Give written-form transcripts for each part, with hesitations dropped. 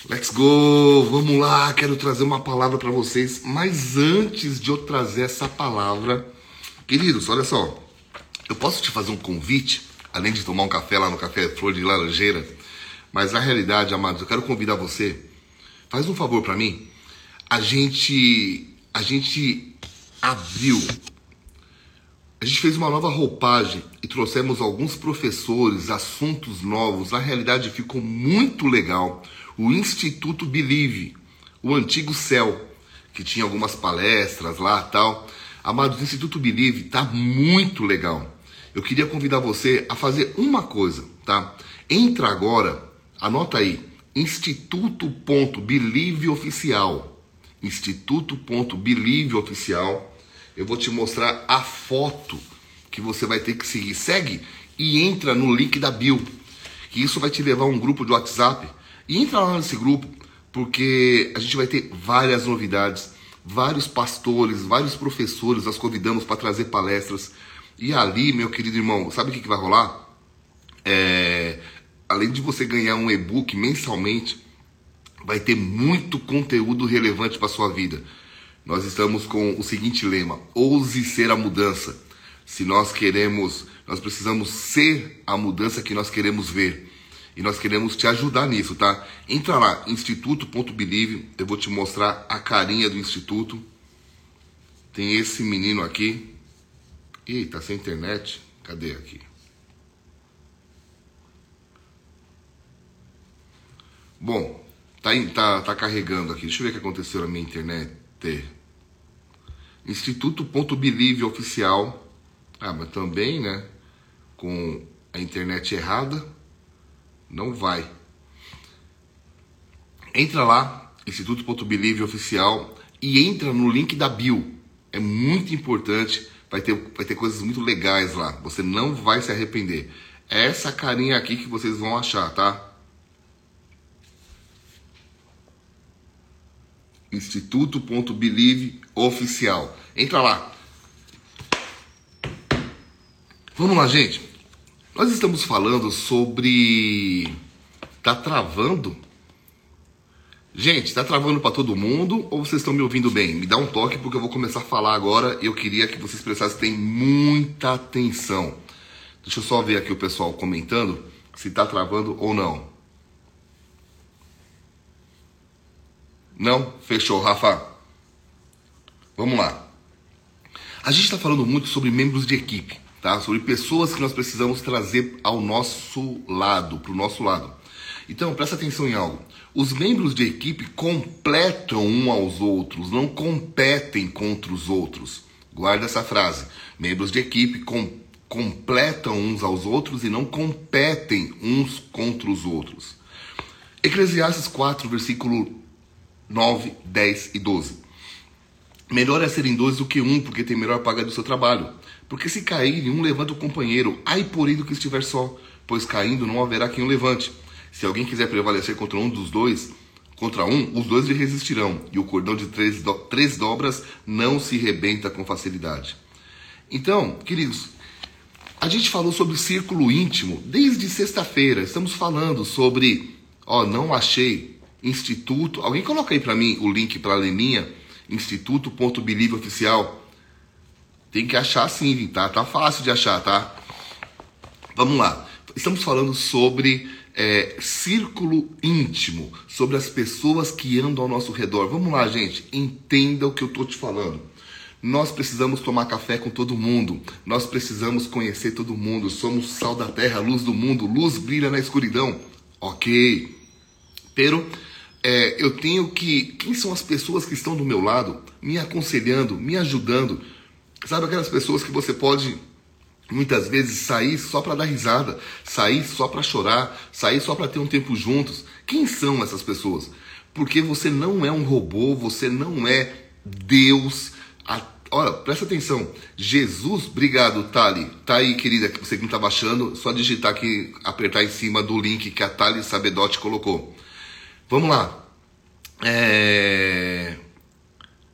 Let's go! Vamos lá, quero trazer uma palavra para vocês. Mas antes de eu trazer essa palavra, queridos, olha só. Eu posso te fazer um convite, além de tomar um café lá no Café Flor de Laranjeira, mas na realidade, amados, eu quero convidar você. Faz um favor para mim. A gente abriu. A gente fez uma nova roupagem e trouxemos alguns professores, assuntos novos. Na realidade ficou muito legal. O Instituto Believe, o antigo CEL, que tinha algumas palestras lá e tal. Amados, o Instituto Believe tá muito legal. Eu queria convidar você a fazer uma coisa, tá? Entra agora, anota aí, Instituto.Believe Oficial. Instituto.Believe Oficial. Eu vou te mostrar a foto que você vai ter que seguir. Segue e entra no link da bio, que isso vai te levar a um grupo de WhatsApp. E entra lá nesse grupo, porque a gente vai ter várias novidades, vários pastores, vários professores, nós convidamos para trazer palestras. E ali, meu querido irmão, sabe o que vai rolar? Além de você ganhar um e-book mensalmente, vai ter muito conteúdo relevante para sua vida. Nós estamos com o seguinte lema: ouse ser a mudança. Se nós precisamos ser a mudança que nós queremos ver. E nós queremos te ajudar nisso, tá? Entra lá, instituto.believe, eu vou te mostrar a carinha do instituto. Tem esse menino aqui. Ih, tá sem internet? Cadê aqui? Bom, tá carregando aqui. Deixa eu ver o que aconteceu na minha internet. Instituto.Believe Oficial. Mas também, né? Com a internet errada, não vai. Entra lá, Instituto.Believe Oficial, e entra no link da bio. É muito importante. Vai ter coisas muito legais lá. Você não vai se arrepender. É essa carinha aqui que vocês vão achar, tá? Instituto.Believe Oficial. Entra lá. Vamos lá, gente. Nós estamos falando sobre... Tá travando? Gente, tá travando para todo mundo ou vocês estão me ouvindo bem? Me dá um toque porque eu vou começar a falar agora e eu queria que vocês prestassem muita atenção. Deixa eu só ver aqui o pessoal comentando se tá travando ou não. Não? Fechou, Rafa. Vamos lá. A gente está falando muito sobre membros de equipe, tá? Sobre pessoas que nós precisamos trazer ao nosso lado, pro nosso lado. Então, presta atenção em algo. Os membros de equipe completam uns aos outros, não competem contra os outros. Guarda essa frase. Membros de equipe completam uns aos outros e não competem uns contra os outros. Eclesiastes 4, versículo 9, 10 e 12. Melhor é serem dois do que um, porque tem melhor paga do seu trabalho. Porque se caírem, um levanta o companheiro. Ai, porém, do que estiver só, pois caindo não haverá quem o levante. Se alguém quiser prevalecer contra os dois lhe resistirão. E o cordão de três dobras não se rebenta com facilidade. Então, queridos, a gente falou sobre o círculo íntimo desde sexta-feira. Estamos falando sobre, não achei, Instituto. Alguém coloca aí para mim o link para a Leninha, Instituto.Believe Oficial. Tem que achar sim, tá? Tá fácil de achar, tá? Vamos lá. Estamos falando sobre círculo íntimo, sobre as pessoas que andam ao nosso redor. Vamos lá, gente. Entenda o que eu tô te falando. Nós precisamos tomar café com todo mundo. Nós precisamos conhecer todo mundo. Somos sal da terra, luz do mundo. Luz brilha na escuridão. Ok. Pero eu tenho que... Quem são as pessoas que estão do meu lado, me aconselhando, me ajudando? Sabe aquelas pessoas que você pode... muitas vezes sair só para dar risada, sair só para chorar, sair só para ter um tempo juntos. Quem são essas pessoas? Porque você não é um robô, você não é Deus. Olha, presta atenção. Jesus, obrigado, Thali. Tá aí, querida, que você que não tá baixando, só digitar aqui, apertar em cima do link que a Thali Sabedotti colocou. Vamos lá.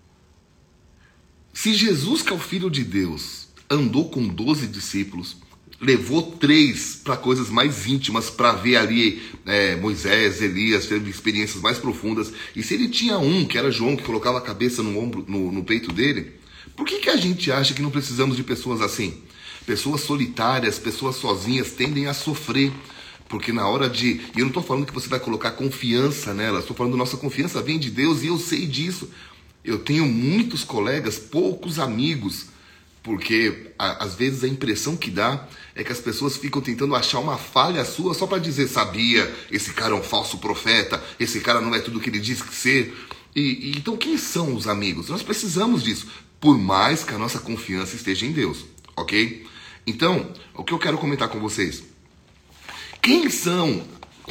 Se Jesus, que é o Filho de Deus, andou com 12 discípulos, levou 3 para coisas mais íntimas, para ver ali Moisés, Elias, teve experiências mais profundas. E se ele tinha um, que era João, que colocava a cabeça no ombro, no peito dele, por que a gente acha que não precisamos de pessoas assim? Pessoas solitárias, pessoas sozinhas tendem a sofrer. Porque na hora de... E eu não estou falando que você vai colocar confiança nelas, estou falando que nossa confiança vem de Deus e eu sei disso. Eu tenho muitos colegas, poucos amigos, porque às vezes a impressão que dá é que as pessoas ficam tentando achar uma falha sua só para dizer, sabia, esse cara é um falso profeta, esse cara não é tudo o que ele diz que ser. Então quem são os amigos? Nós precisamos disso, por mais que a nossa confiança esteja em Deus, ok? Então, o que eu quero comentar com vocês... Quem são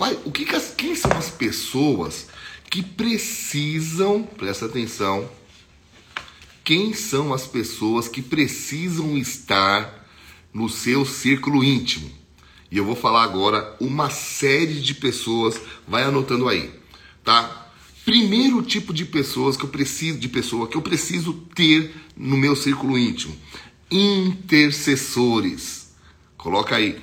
as pessoas que precisam, presta atenção, quem são as pessoas que precisam estar no seu círculo íntimo? E eu vou falar agora uma série de pessoas, vai anotando aí, tá? Primeiro tipo de pessoa que eu preciso ter no meu círculo íntimo: intercessores. Coloca aí,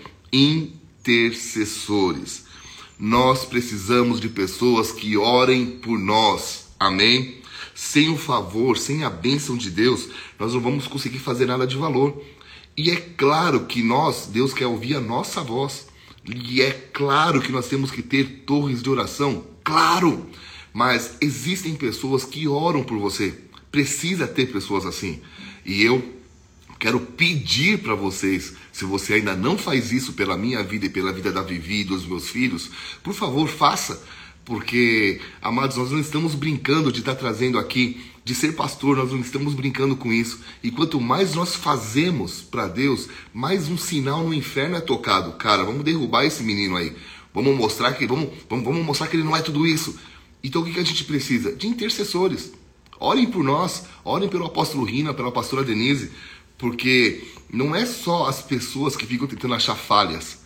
intercessores. Nós precisamos de pessoas que orem por nós, amém? Sem o favor, sem a bênção de Deus, nós não vamos conseguir fazer nada de valor. E é claro que Deus quer ouvir a nossa voz. E é claro que nós temos que ter torres de oração, claro. Mas existem pessoas que oram por você. Precisa ter pessoas assim. E eu quero pedir para vocês, se você ainda não faz isso pela minha vida e pela vida da Vivi e dos meus filhos, por favor, faça. Porque, amados, nós não estamos brincando de estar trazendo aqui, de ser pastor, nós não estamos brincando com isso. E quanto mais nós fazemos para Deus, mais um sinal no inferno é tocado. Cara, vamos derrubar esse menino aí. Vamos mostrar que ele não é tudo isso. Então o que a gente precisa? De intercessores. Orem por nós, orem pelo apóstolo Rina, pela pastora Denise. Porque não é só as pessoas que ficam tentando achar falhas.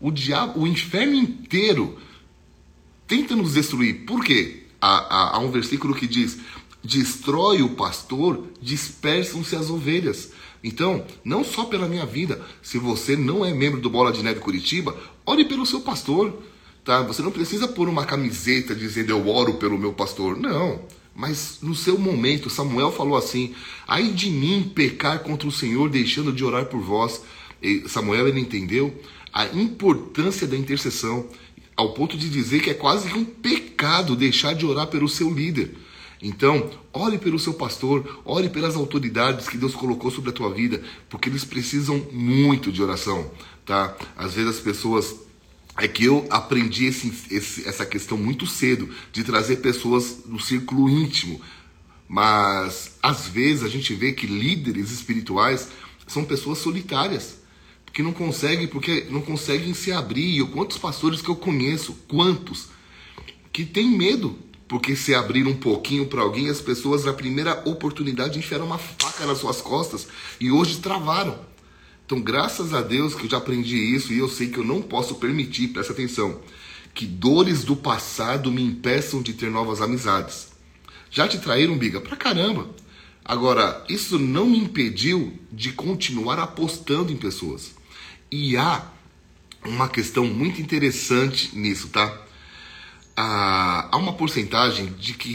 O inferno inteiro tenta nos destruir. Por quê? Há um versículo que diz: destrói o pastor, dispersam-se as ovelhas. Então, não só pela minha vida, se você não é membro do Bola de Neve Curitiba, ore pelo seu pastor. Tá? Você não precisa pôr uma camiseta dizendo eu oro pelo meu pastor. Não. Mas no seu momento, Samuel falou assim: ai de mim pecar contra o Senhor, deixando de orar por vós. E Samuel, ele entendeu a importância da intercessão, ao ponto de dizer que é quase que um pecado deixar de orar pelo seu líder. Então, ore pelo seu pastor, ore pelas autoridades que Deus colocou sobre a tua vida, porque eles precisam muito de oração, tá? Às vezes as pessoas... É que eu aprendi essa questão muito cedo, de trazer pessoas no círculo íntimo. Mas, às vezes, a gente vê que líderes espirituais são pessoas solitárias, porque não conseguem se abrir. E quantos pastores que eu conheço, quantos, que têm medo, porque se abrir um pouquinho para alguém, as pessoas, na primeira oportunidade, enfiaram uma faca nas suas costas e hoje travaram. Então, graças a Deus que eu já aprendi isso e eu sei que eu não posso permitir, presta atenção, que dores do passado me impeçam de ter novas amizades. Já te traíram, Biga? Pra caramba. Agora, isso não me impediu de continuar apostando em pessoas. E há uma questão muito interessante nisso, tá? Há uma porcentagem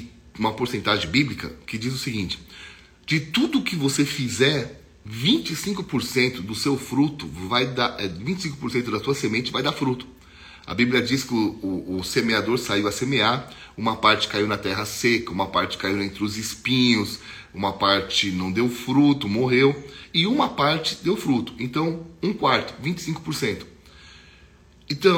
bíblica que diz o seguinte: de tudo que você fizer, 25% do seu fruto vai dar, 25% da sua semente vai dar fruto. A Bíblia diz que o semeador saiu a semear, uma parte caiu na terra seca, uma parte caiu entre os espinhos, uma parte não deu fruto, morreu, e uma parte deu fruto. Então, 1/4, 25%. Então,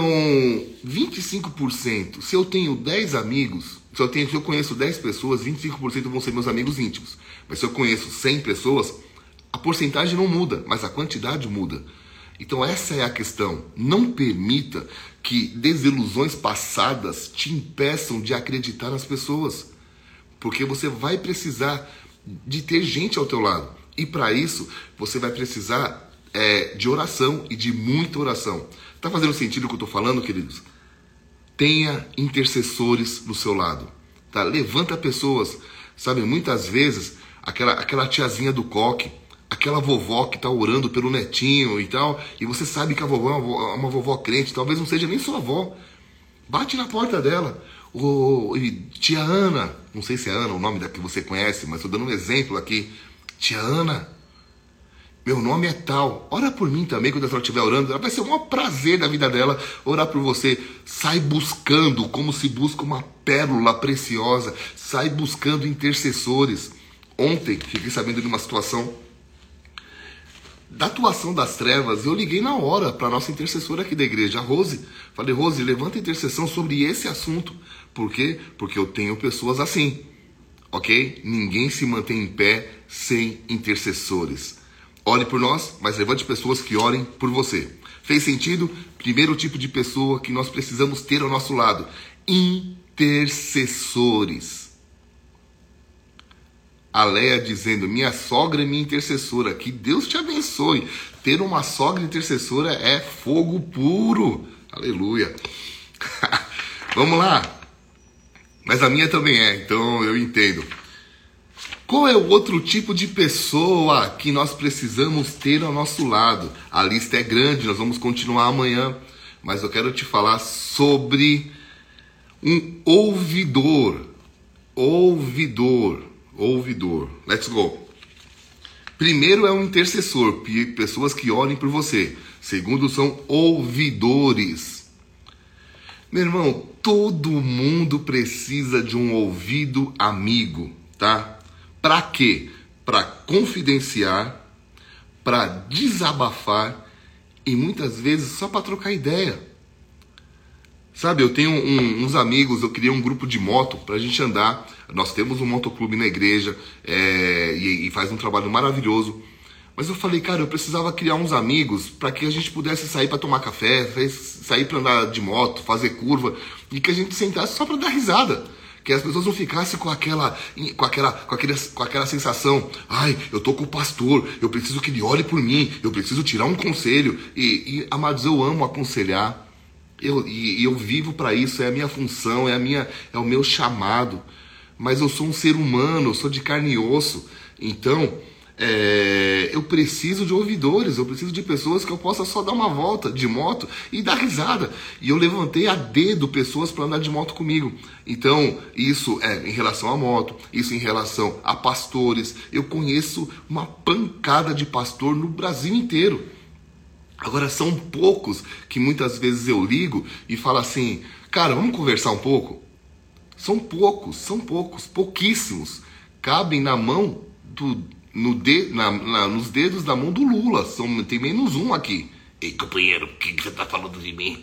25%, se eu tenho 10 amigos, se eu conheço 10 pessoas, 25% vão ser meus amigos íntimos. Mas se eu conheço 100 pessoas, a porcentagem não muda, mas a quantidade muda. Então essa é a questão. Não permita que desilusões passadas te impeçam de acreditar nas pessoas. Porque você vai precisar de ter gente ao teu lado. E para isso, você vai precisar de oração e de muita oração. Tá fazendo sentido o que eu estou falando, queridos? Tenha intercessores do seu lado. Tá? Levanta pessoas. Sabe, muitas vezes, aquela tiazinha do coque, aquela vovó que está orando pelo netinho e tal, e você sabe que a vovó é uma vovó crente, talvez não seja nem sua avó. Bate na porta dela. Tia Ana, não sei se é Ana o nome da que você conhece, mas estou dando um exemplo aqui. Tia Ana, meu nome é tal, ora por mim também quando ela estiver orando. Vai ser o maior prazer da vida dela orar por você. Sai buscando, como se busca uma pérola preciosa. Sai buscando intercessores. Ontem fiquei sabendo de uma situação da atuação das trevas. Eu liguei na hora para a nossa intercessora aqui da igreja, a Rose. Falei, Rose, levanta a intercessão sobre esse assunto. Por quê? Porque eu tenho pessoas assim, ok? Ninguém se mantém em pé sem intercessores. Ore por nós, mas levante pessoas que orem por você. Fez sentido? Primeiro tipo de pessoa que nós precisamos ter ao nosso lado: intercessores. A Leia dizendo, minha sogra é minha intercessora. Que Deus te abençoe. Ter uma sogra intercessora é fogo puro. Aleluia. Vamos lá. Mas a minha também é, então eu entendo. Qual é o outro tipo de pessoa que nós precisamos ter ao nosso lado? A lista é grande, nós vamos continuar amanhã. Mas eu quero te falar sobre um ouvidor. Ouvidor. Let's go. Primeiro é um intercessor, pessoas que orem por você. Segundo são ouvidores. Meu irmão, todo mundo precisa de um ouvido amigo, tá? Para quê? Para confidenciar, para desabafar e muitas vezes só para trocar ideia. Sabe, eu tenho uns amigos, eu criei um grupo de moto pra gente andar. Nós temos um motoclube na igreja e faz um trabalho maravilhoso. Mas eu falei, cara, eu precisava criar uns amigos para que a gente pudesse sair para tomar café, sair para andar de moto, fazer curva e que a gente sentasse só para dar risada. Que as pessoas não ficassem com aquela sensação, ai, eu tô com o pastor, eu preciso que ele ore por mim, eu preciso tirar um conselho. E amados, eu amo aconselhar. Eu vivo para isso, é a minha função, é o meu chamado. Mas eu sou um ser humano, eu sou de carne e osso. Então, eu preciso de ouvidores, eu preciso de pessoas que eu possa só dar uma volta de moto e dar risada. E eu levantei a dedo pessoas para andar de moto comigo. Então, isso é em relação à moto, isso em relação a pastores. Eu conheço uma pancada de pastor no Brasil inteiro. Agora, são poucos que muitas vezes eu ligo e falo assim, cara, vamos conversar um pouco? São poucos, pouquíssimos. Cabem na mão, nos dedos da mão do Lula. Tem menos um aqui. Ei, companheiro, o que você tá falando de mim?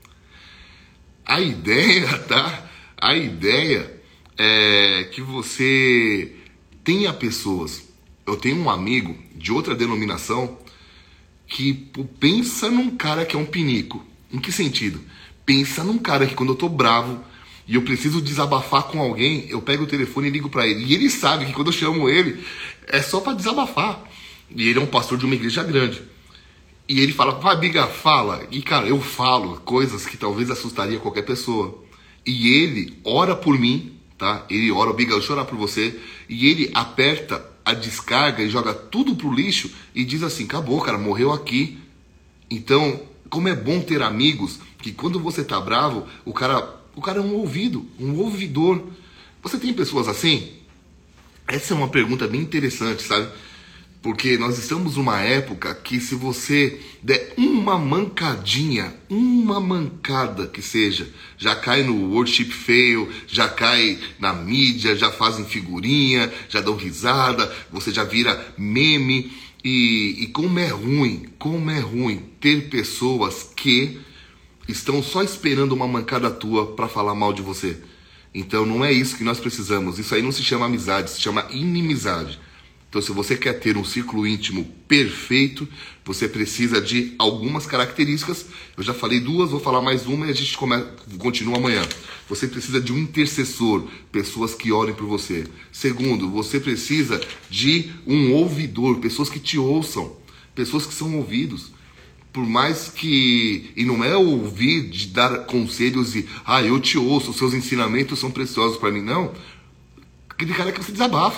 A ideia, tá? A ideia é que você tenha pessoas. Eu tenho um amigo de outra denominação que pensa num cara que é um pinico. Em que sentido? Pensa num cara que quando eu tô bravo e eu preciso desabafar com alguém, eu pego o telefone e ligo pra ele. E ele sabe que quando eu chamo ele, é só pra desabafar. E ele é um pastor de uma igreja grande. E ele fala, vai, Biga, fala. E cara, eu falo coisas que talvez assustaria qualquer pessoa. E ele ora por mim, tá? Ele ora, Biga, eu chorar por você. E ele aperta a descarga e joga tudo pro lixo e diz assim, acabou, cara, morreu aqui. Então, como é bom ter amigos que quando você tá bravo, o cara é um ouvido, um ouvidor. Você tem pessoas assim? Essa é uma pergunta bem interessante, sabe? Porque nós estamos numa época que se você der uma mancadinha, uma mancada que seja, já cai no worship fail, já cai na mídia, já fazem figurinha, já dão risada, você já vira meme. E como é ruim ter pessoas que estão só esperando uma mancada tua para falar mal de você. Então não é isso que nós precisamos. Isso aí não se chama amizade, se chama inimizade. Então, se você quer ter um círculo íntimo perfeito, você precisa de algumas características. Eu já falei duas, vou falar mais uma e a gente continua amanhã. Você precisa de um intercessor, pessoas que orem por você. Segundo, você precisa de um ouvidor, pessoas que te ouçam, pessoas que são ouvidos. Por mais que... E não é ouvir de dar conselhos e... eu te ouço, os seus ensinamentos são preciosos para mim. Não. Aquele cara que você desabafa.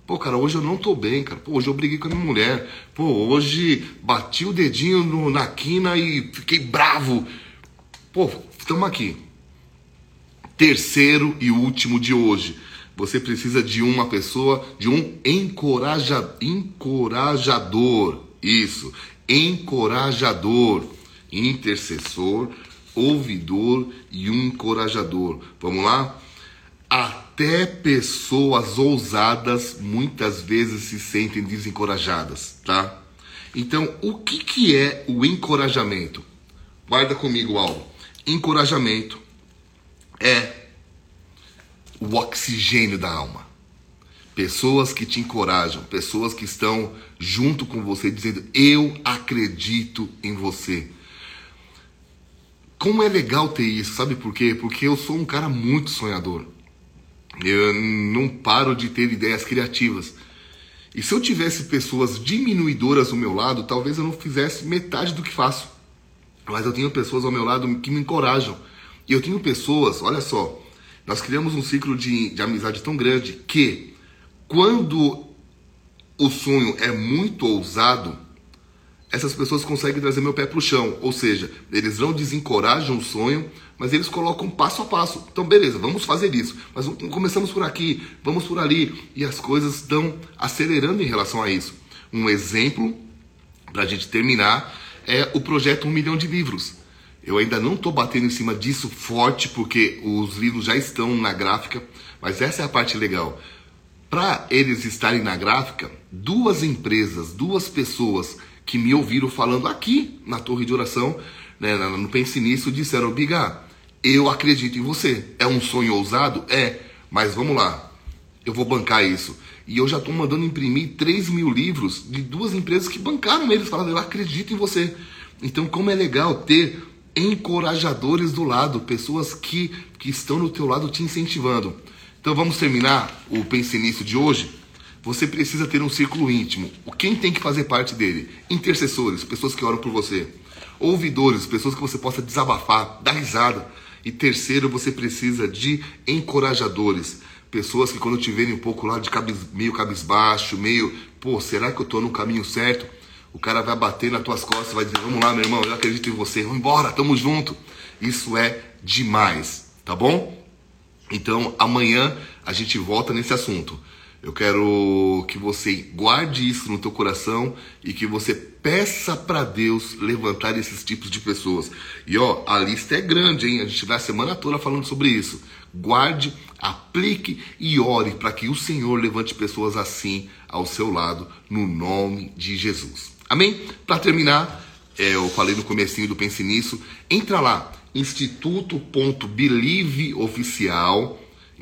Pô, cara, hoje eu não tô bem, cara. Pô, hoje eu briguei com a minha mulher. Pô, hoje bati o dedinho na quina e fiquei bravo. Pô, estamos aqui. Terceiro e último de hoje. Você precisa de uma pessoa, de um encorajador. Isso, encorajador. Intercessor, ouvidor e um encorajador. Vamos lá? Até pessoas ousadas muitas vezes se sentem desencorajadas, tá? Então, o que é o encorajamento? Guarda comigo algo. Encorajamento é o oxigênio da alma. Pessoas que te encorajam, pessoas que estão junto com você dizendo, eu acredito em você. Como é legal ter isso, sabe por quê? Porque eu sou um cara muito sonhador. Eu não paro de ter ideias criativas. E se eu tivesse pessoas diminuidoras ao meu lado, talvez eu não fizesse metade do que faço. Mas eu tenho pessoas ao meu lado que me encorajam. E eu tenho pessoas, olha só, nós criamos um ciclo de amizade tão grande que quando o sonho é muito ousado, essas pessoas conseguem trazer meu pé para o chão. Ou seja, eles não desencorajam o sonho, mas eles colocam passo a passo. Então, beleza, vamos fazer isso. Mas começamos por aqui, vamos por ali. E as coisas estão acelerando em relação a isso. Um exemplo, para a gente terminar, é o projeto 1 milhão de livros. Eu ainda não estou batendo em cima disso forte, porque os livros já estão na gráfica. Mas essa é a parte legal. Para eles estarem na gráfica, duas empresas, duas pessoas que me ouviram falando aqui na Torre de Oração, né, no Pense Nisso, disseram, Biga, eu acredito em você. É um sonho ousado? É, mas vamos lá, eu vou bancar isso. E eu já estou mandando imprimir 3.000 livros de duas empresas que bancaram eles, falando, eu acredito em você. Então, como é legal ter encorajadores do lado, pessoas que estão no teu lado te incentivando. Então, vamos terminar o Pense Nisso de hoje? Você precisa ter um círculo íntimo. Quem tem que fazer parte dele? Intercessores, pessoas que oram por você. Ouvidores, pessoas que você possa desabafar, dar risada. E terceiro, você precisa de encorajadores. Pessoas que quando te verem um pouco lá de meio cabisbaixo, meio, pô, será que eu tô no caminho certo? O cara vai bater nas tuas costas, vai dizer, vamos lá, meu irmão, eu acredito em você. Vamos embora, tamo junto. Isso é demais, tá bom? Então, amanhã a gente volta nesse assunto. Eu quero que você guarde isso no teu coração e que você peça para Deus levantar esses tipos de pessoas. E ó, a lista é grande, hein? A gente vai a semana toda falando sobre isso. Guarde, aplique e ore para que o Senhor levante pessoas assim ao seu lado, no nome de Jesus. Amém? Para terminar, eu falei no comecinho do Pense Nisso, entra lá, instituto.believe oficial,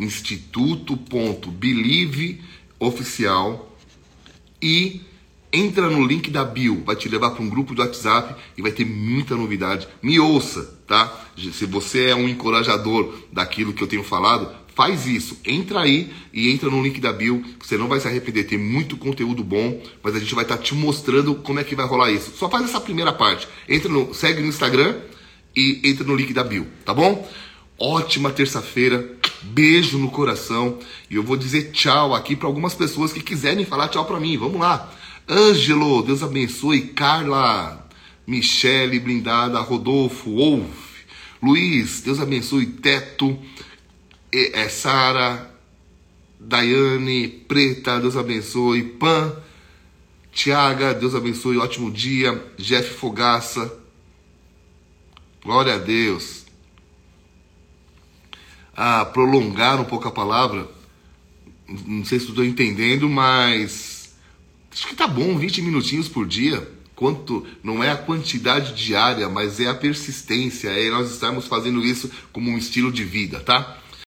instituto.believe oficial, e entra no link da bio, vai te levar para um grupo de WhatsApp e vai ter muita novidade. Me ouça, tá? Se você é um encorajador daquilo que eu tenho falado, faz isso, entra aí e entra no link da bio, você não vai se arrepender, tem muito conteúdo bom, mas a gente vai estar te mostrando como é que vai rolar isso. Só faz essa primeira parte, segue no Instagram e entra no link da bio, tá bom? Ótima terça-feira, beijo no coração, e eu vou dizer tchau aqui para algumas pessoas que quiserem falar tchau para mim, vamos lá. Ângelo, Deus abençoe. Carla, Michele, Blindada, Rodolfo, Wolf, Luiz, Deus abençoe. Teto, Sara, Daiane, Preta, Deus abençoe. Pan, Tiaga, Deus abençoe, ótimo dia. Jeff Fogaça, glória a Deus. Prolongar um pouco a palavra, não sei se estou entendendo, mas acho que tá bom, 20 minutinhos por dia. Quanto não é a quantidade diária, mas é a persistência, é nós estarmos fazendo isso como um estilo de vida, tá?